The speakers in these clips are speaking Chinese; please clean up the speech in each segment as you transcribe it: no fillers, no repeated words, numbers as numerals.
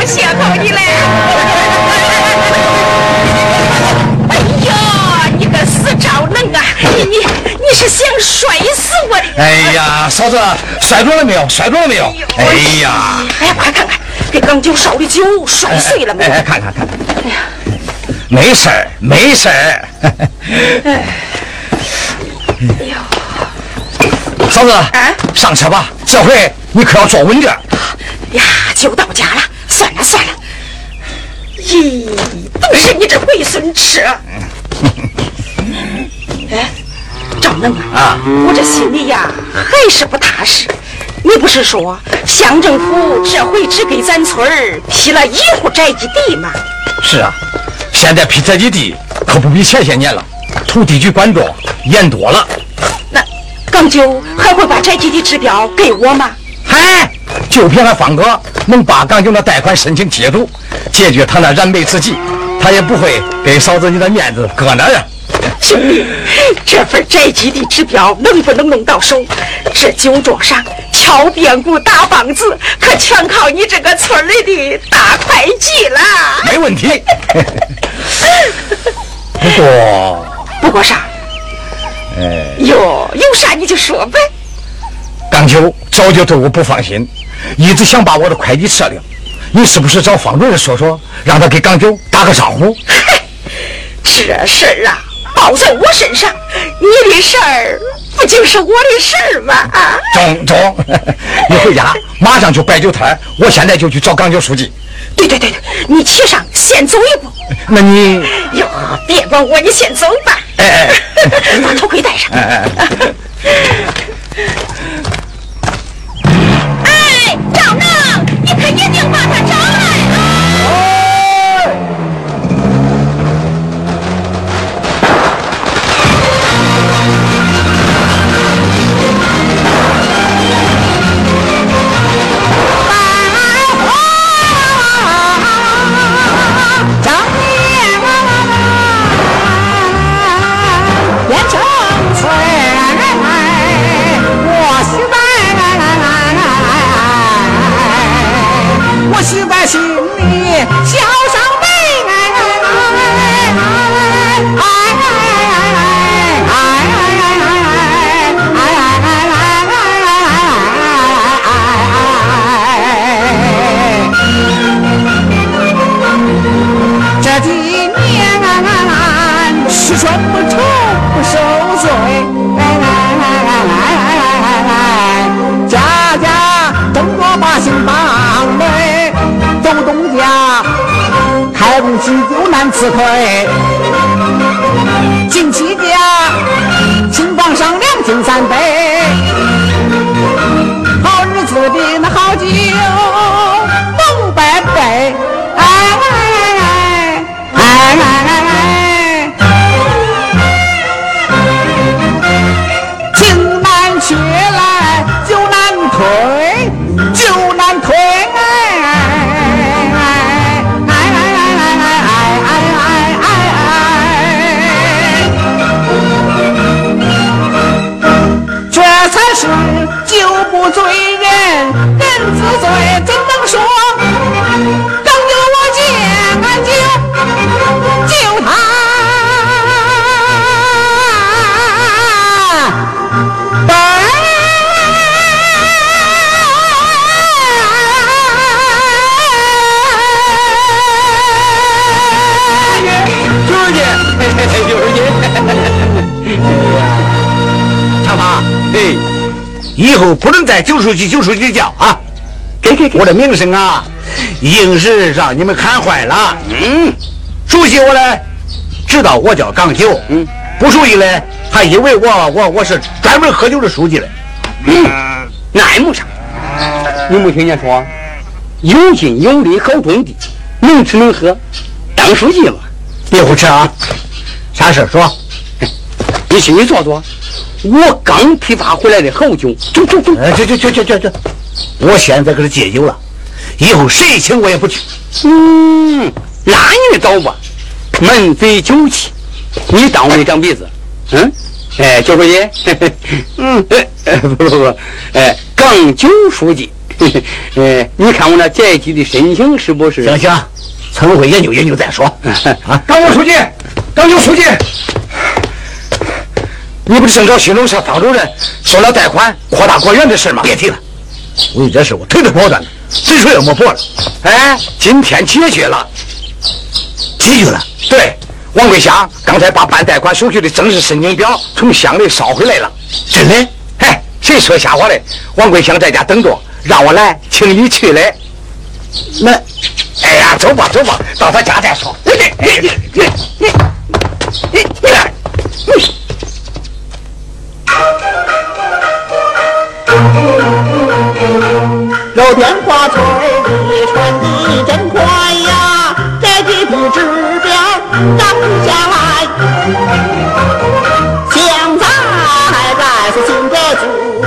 谢候你嘞！哎呀，你个死赵能啊！你是想摔死我？ 哎呀，嫂子，摔着了没有？摔着了没有？哎呀！ 哎呀，快看看，给刚酒烧的酒摔碎了没有？ 哎，看看看。 哎呀， 没事儿，没事儿。 哎呦， 嫂子， 啊， 上车吧，这回你可要坐稳点。 呀，就到家了，算了算了。咦，都是你这龟孙吃。哎，赵能啊，我这心里呀还是不踏实。你不是说乡政府这回只给咱村儿批了1户宅基地吗？ 是啊，现在批宅基地可不比前些年了，土地局管着严多了。 那刚就还会把宅基地指标给我吗？ 嗨，就凭俺方哥能把刚就那贷款申请接住，解决他那燃眉之急，他也不会给嫂子你的面子搁那儿啊。 兄弟，这份宅基地指标能不能弄到手？这酒桌上敲边鼓打梆子，可全靠你这个村里的大会计了。 没问题。不过啥？ 有啥你就说呗。 刚秋早就对我不放心，一直想把我的会计撤掉。你是不是找方主任说说，让他给刚秋打个招呼？ 这事儿啊，包在我身上，你的事儿不就是我的事儿吗？啊， 中，你回家马上就摆酒摊，我现在就去找刚秋书记。 对，你骑上先走一步。 那你哟，别管我，你先走吧。把头盔戴上。哎，赵能，你可一定把他找来啊！ 许在心里小伤悲，这几年吃穿不愁不受罪，家家争夺百姓帮嘞，走东家开不起就难辞退，进戚家请榜上2斤3杯，好日子比那好酒能百倍，情难却来酒难退，酒难退，这才是酒不醉人人自醉，怎能说刚有我见俺就他长发，以后不能再九书记叫啊！给，我的名声啊，硬是让你们看坏了。熟悉我呢，知道我叫刚九。不熟悉呢，还以为我是专门喝酒的书记嘞。 那没啥，你没听见说有劲有力好种地，能吃能喝，当书记嘛。 别胡扯啊！啥事说？ 你心里做做，我刚批发回来的好酒，走， 这，我现在可是戒酒了，以后谁请我也不去。 那你找吧，门贼酒气，你当我没长鼻子？九书记，不，刚九书记， 你看我那债基的申请是不是？ 行行，村会研究研究再说。 啊，刚有书记，刚有书记，你不是正找新农社方主任说了贷款扩大果园的事吗？ 别提了，为这事我腿都跑断了，水水也没破了。 哎，今天解决了， 解决了。 对，王桂香刚才把办贷款手续的正式申请表从乡里捎回来了。 真的？ 哎，谁说瞎话嘞？王桂香在家等着，让我来请你去嘞。 那， 哎呀，走吧走吧，到他家再说。 有电话催你传的真快呀，这几笔指标赶不下来。现在该是新的主，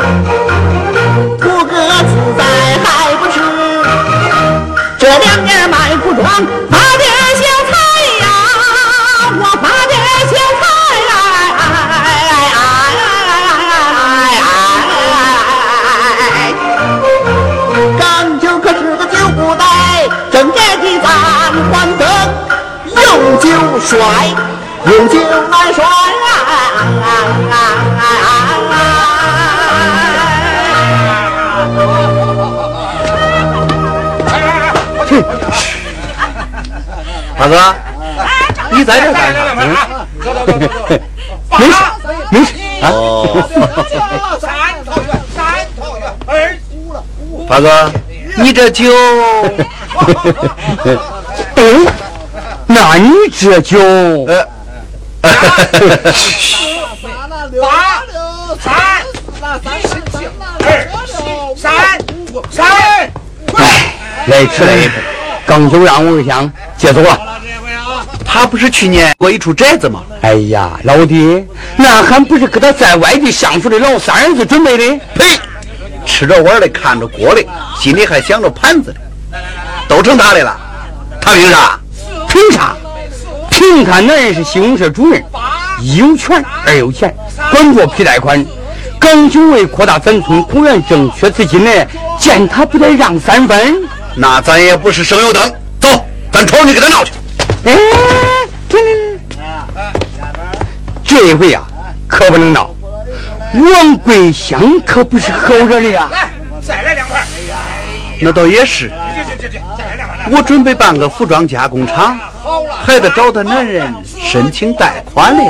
图个自在还不迟。这2年卖服装，发点小财呀，我发点小财。正这的咱还得用酒帅，用酒来帅。 大哥，你在这干啥？ 没事没事啊。 大哥，你这酒， 那你这酒来吃了一杯，刚就让我想接走了。 他不是去年过一出寨子吗？ 哎呀，老弟，那还不是给他在外地相处的老三儿子准备的？ 呸！吃着碗的，看着锅的，心里还想着盘子的，都成他的了。他凭啥？ 凭啥？凭他男人是西公社主任，一有权二有钱，管着批贷款。刚就为扩大咱村果园正缺资金呢，见他不得让3分。 那咱也不是省油灯，走，咱瞅你给他闹去。 哎，这回啊，可不能闹。王桂香可不是好惹的呀！ 来，再来2块。 那倒也是。我准备办个服装加工厂，还得找他男人申请贷款嘞。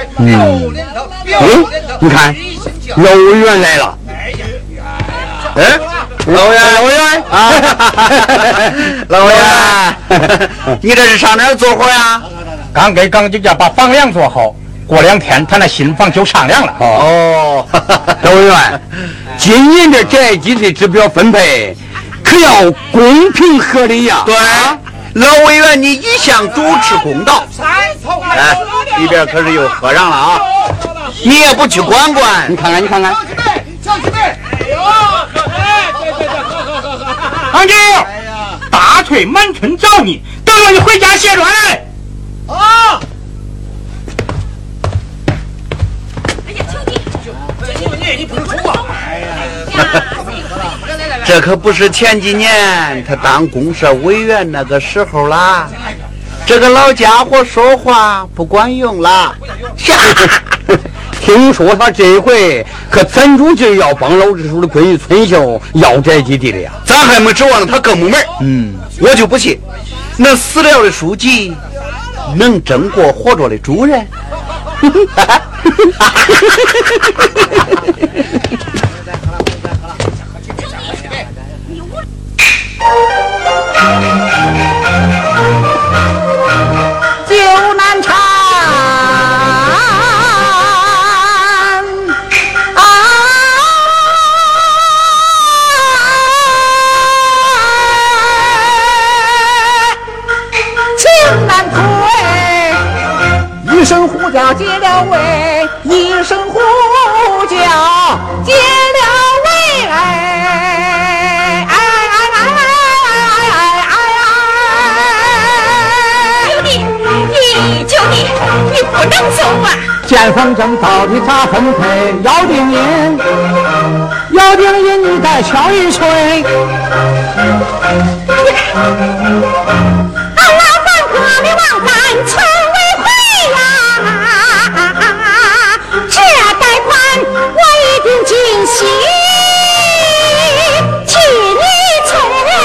你看，老委员来了。 哎，老委员啊，老委员，你这是上哪儿做活呀？ 刚给钢筋家把房梁做好，过2天他那新房就上梁了。 哦， 老委员，今年的债基的指标分配可要公平合理呀。 对，老委员你一向主持公道。哎，里边可是有喝让了啊！你也不去管管。 你看看，你看看。 唐九，大腿满村找你，等着你回家卸砖来。啊！ 哎呀，兄弟， 你不能说话。 这可不是前几年他当公社委员那个时候啦，这个老家伙说话不管用啦。 听说他这回可攒住劲要帮老支书的闺女春秀要债基地的呀， 咱还没指望他更木门。我就不信那死了的书记能争过活着的主任。 酒难尝情难退，一声呼叫解了围，一声呼叫解了围， 求你，你不能走啊！ 见风筝到底咋分配？要定音，要定音，你再敲一锤。 老板哥，你往咱村委会呀！这贷款我一定尽心替你存。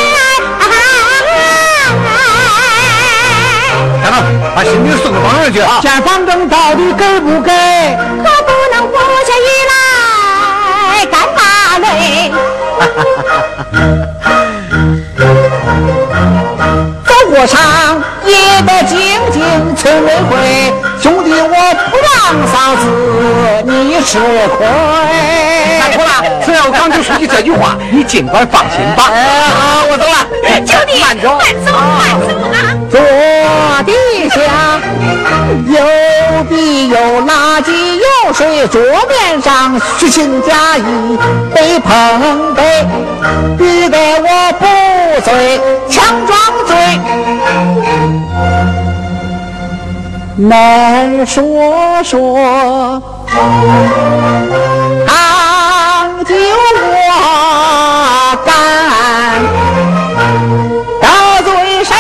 等等，把新兵送到房上去啊！ 见房证到底给不给？ 可不能不下雨来干嘛嘞？ 走过场也得静静村委会，兄弟我不让嫂子你吃亏。 大哭了，只要刚就书记这句话，你尽管放心吧。好，我走了。 兄弟， 慢走， 慢走啊！ 左地下有笔有垃圾有水，桌面上虚情假意被碰杯，逼得我不醉强装醉。难说当就我干，得罪谁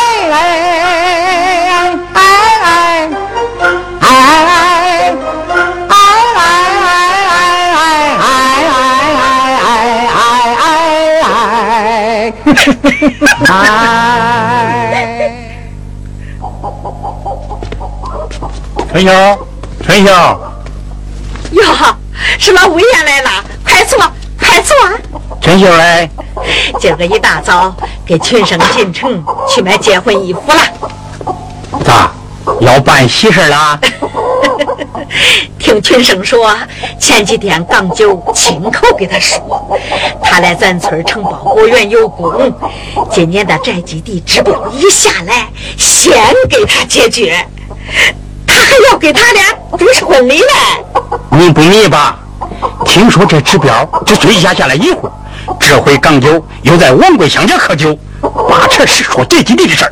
春秀， 哟，是老吴爷来了，快坐，快坐。 春秀来， 今儿个一大早给群生进城去买结婚衣服了。 咋要办喜事了？ 听群生说，前几天刚就亲口给他说，他来咱村承包果园有功，今年的宅基地指标一下来，先给他解决，他还要给他俩主持婚礼嘞。 你不迷吧？听说这指标这追加下来一会儿，这回港九又在王贵乡家喝酒，把这是说宅基地的事儿。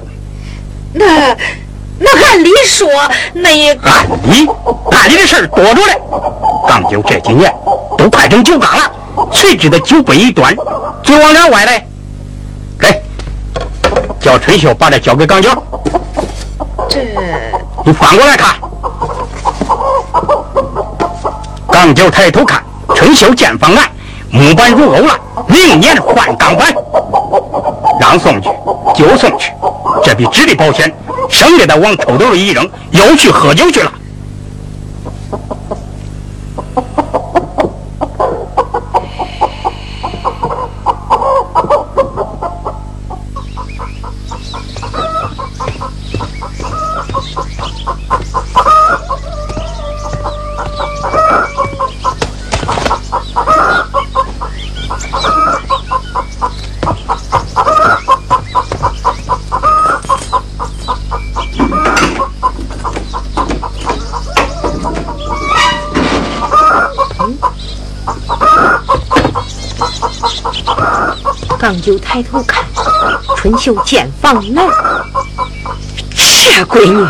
那按理说，那也按理的事儿多着嘞。港九这几年都快成酒缸了，谁知道酒杯一端，嘴往两外来。来，叫春秀把这交给港九。你翻过来看。港九抬头看，春秀见方案，木板如欧了，明年换钢板。让送去就送去，这比纸的保险，省得他往抽兜里一扔，又去喝酒去了。 港九抬头看，春秀见房来，这闺女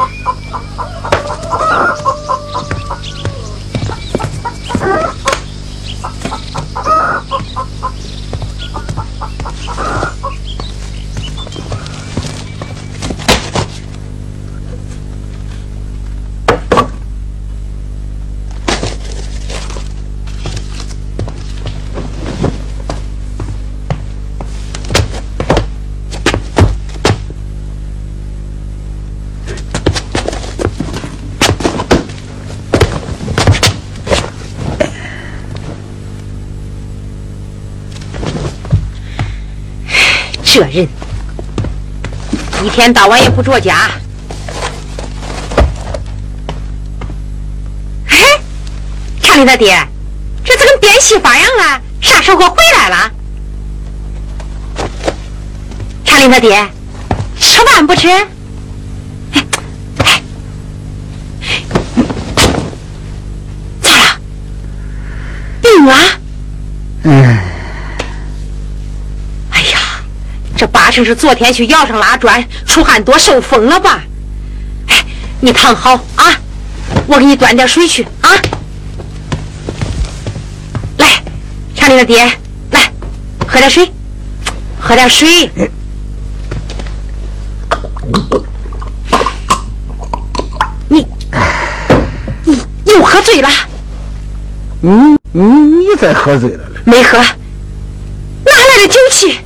这人一天到晚也不着家。哎，厂里的爹，这怎么变戏法样了？啥时候回来了？厂里的爹，吃饭不吃？咋了？病了？这八成是昨天去窑上拉砖，出汗多受风了吧？哎，你躺好啊！ 我给你端点水去啊！来，长林的爹，来，喝点水，喝点水。你又喝醉了？ 你再喝醉了？ 没喝，哪来的酒气？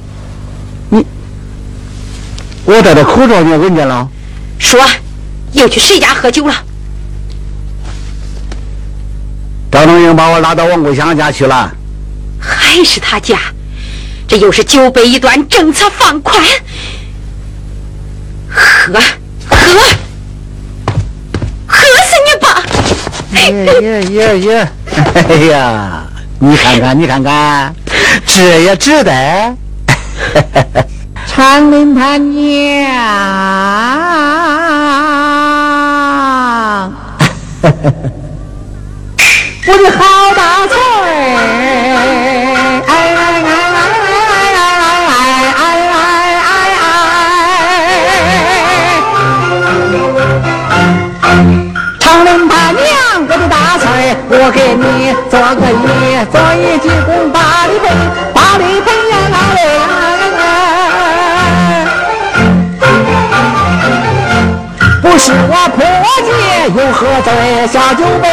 我戴的口罩你闻见了？ 说，又去谁家喝酒了？ 张东英把我拉到王桂香家去了。 还是他家？这又是酒杯一端，政策放宽。喝死你吧！ 耶！哎呀，你看看，这也值得。 长林他娘，我的好大嘴长林他娘，我的大嘴，我给你做个揖，做一鞠躬8里赔呀！不是我破戒又喝醉小酒杯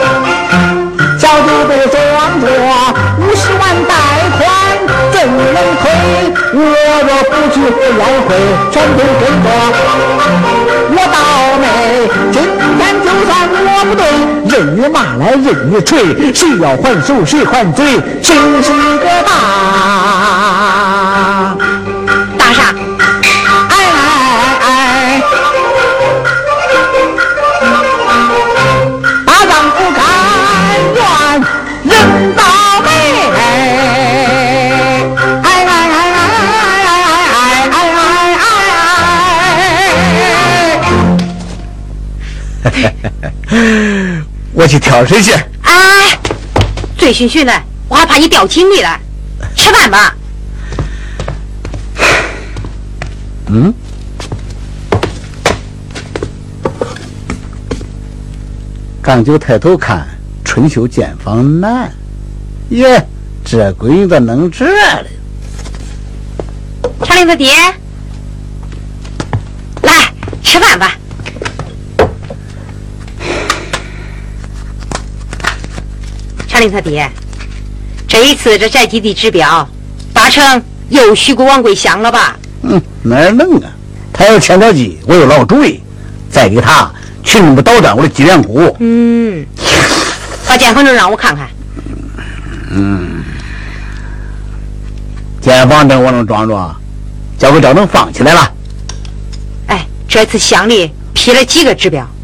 装着50万贷款怎能退？我若不去不要回，全都跟着我倒霉。今天就算我不对，任你骂来任你吹，谁要还手谁还嘴，谁是个大傻？ 我去挑水去。 哎，醉醺醺的，我还怕你掉井里了。吃饭吧。 刚就抬头看，春秋见房难。耶，这闺女咋弄这了？ 长林的爹，来吃饭吧。长林他爹，这一次这宅基地指标，八成又许过王桂香了吧？ 哪能啊？他要牵条鸡，我有老主意，再给他去那么捣乱我的鸡粮股。 把监房证让我看看。 监房证我能装着，交给赵能放起来了。 哎，这次乡里批了几个指标？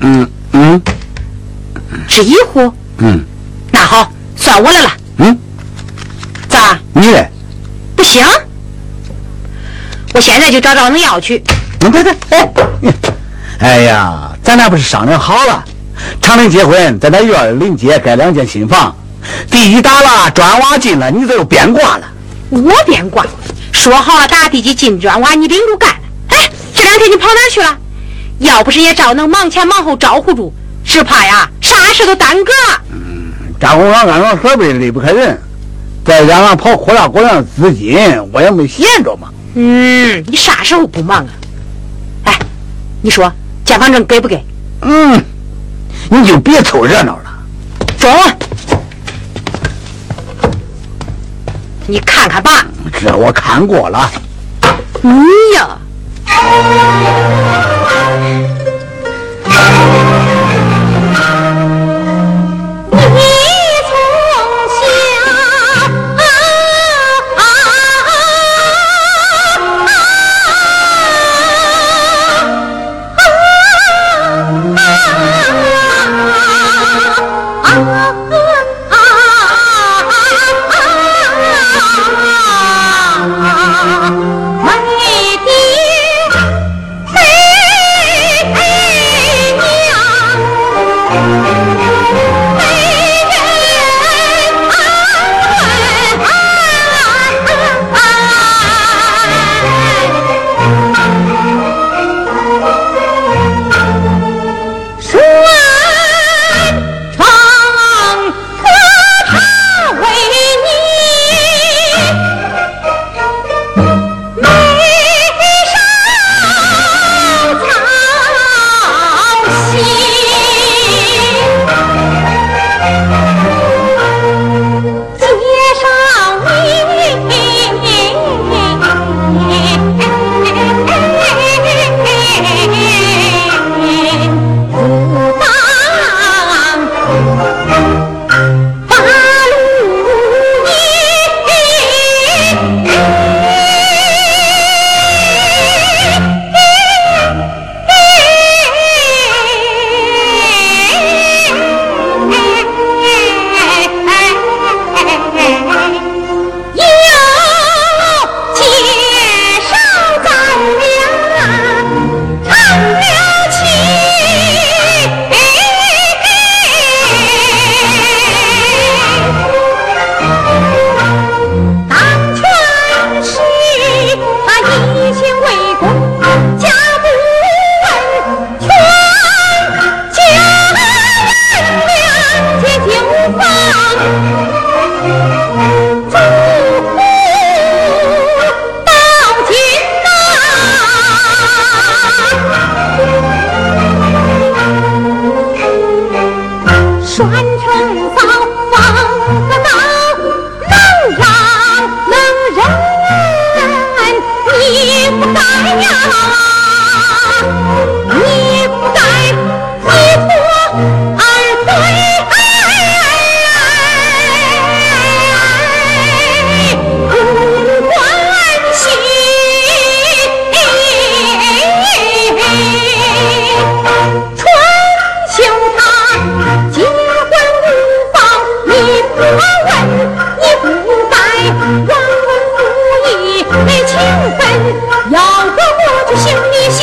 只一户。那好，算我的了。咋？ 你嘞？ 不行，我现在就找赵能要去。 哎呀，咱俩不是商量好了，长林结婚在咱院里临街盖2间新房，地基打了，砖瓦进了，你这又变卦了。 我变卦？说好了打地基进砖瓦，你领着干了。哎，这2天你跑哪儿去了？要不是也赵能忙前忙后招呼住，只怕呀啥事都耽搁。 张工厂安装设备离不开人，再加上跑扩大国量资金，我也没闲着嘛。 你啥时候不忙啊？哎，你说监房证给不给？ 你就别凑热闹了。 走，你看看吧。 这我看过了。 你呀。 没的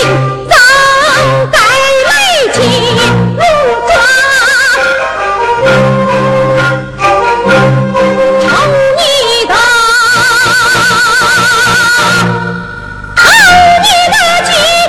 怎该累起怒抓？瞅你的金！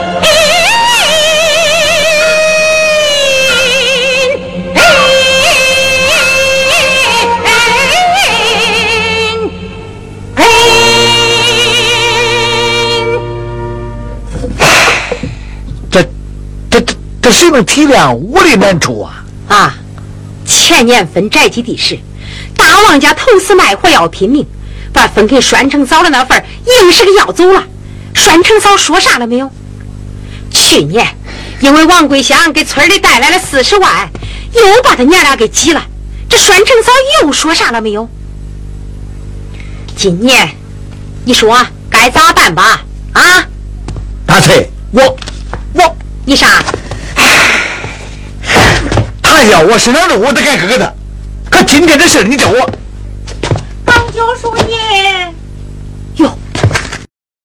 这谁能体谅我的难处啊？ 啊，前年分寨基地时，大王家投死卖活要拼命，把分给栓成嫂的那份硬是给要走了。栓成嫂说啥了没有？去年因为王桂香给村里带来了40万，又把他娘俩给挤了。这栓成嫂又说啥了没有？今年你说该咋办吧？啊， 大翠，我你啥？ 他要我身上的我都敢割他，可今天的事你叫我。 王九叔爷。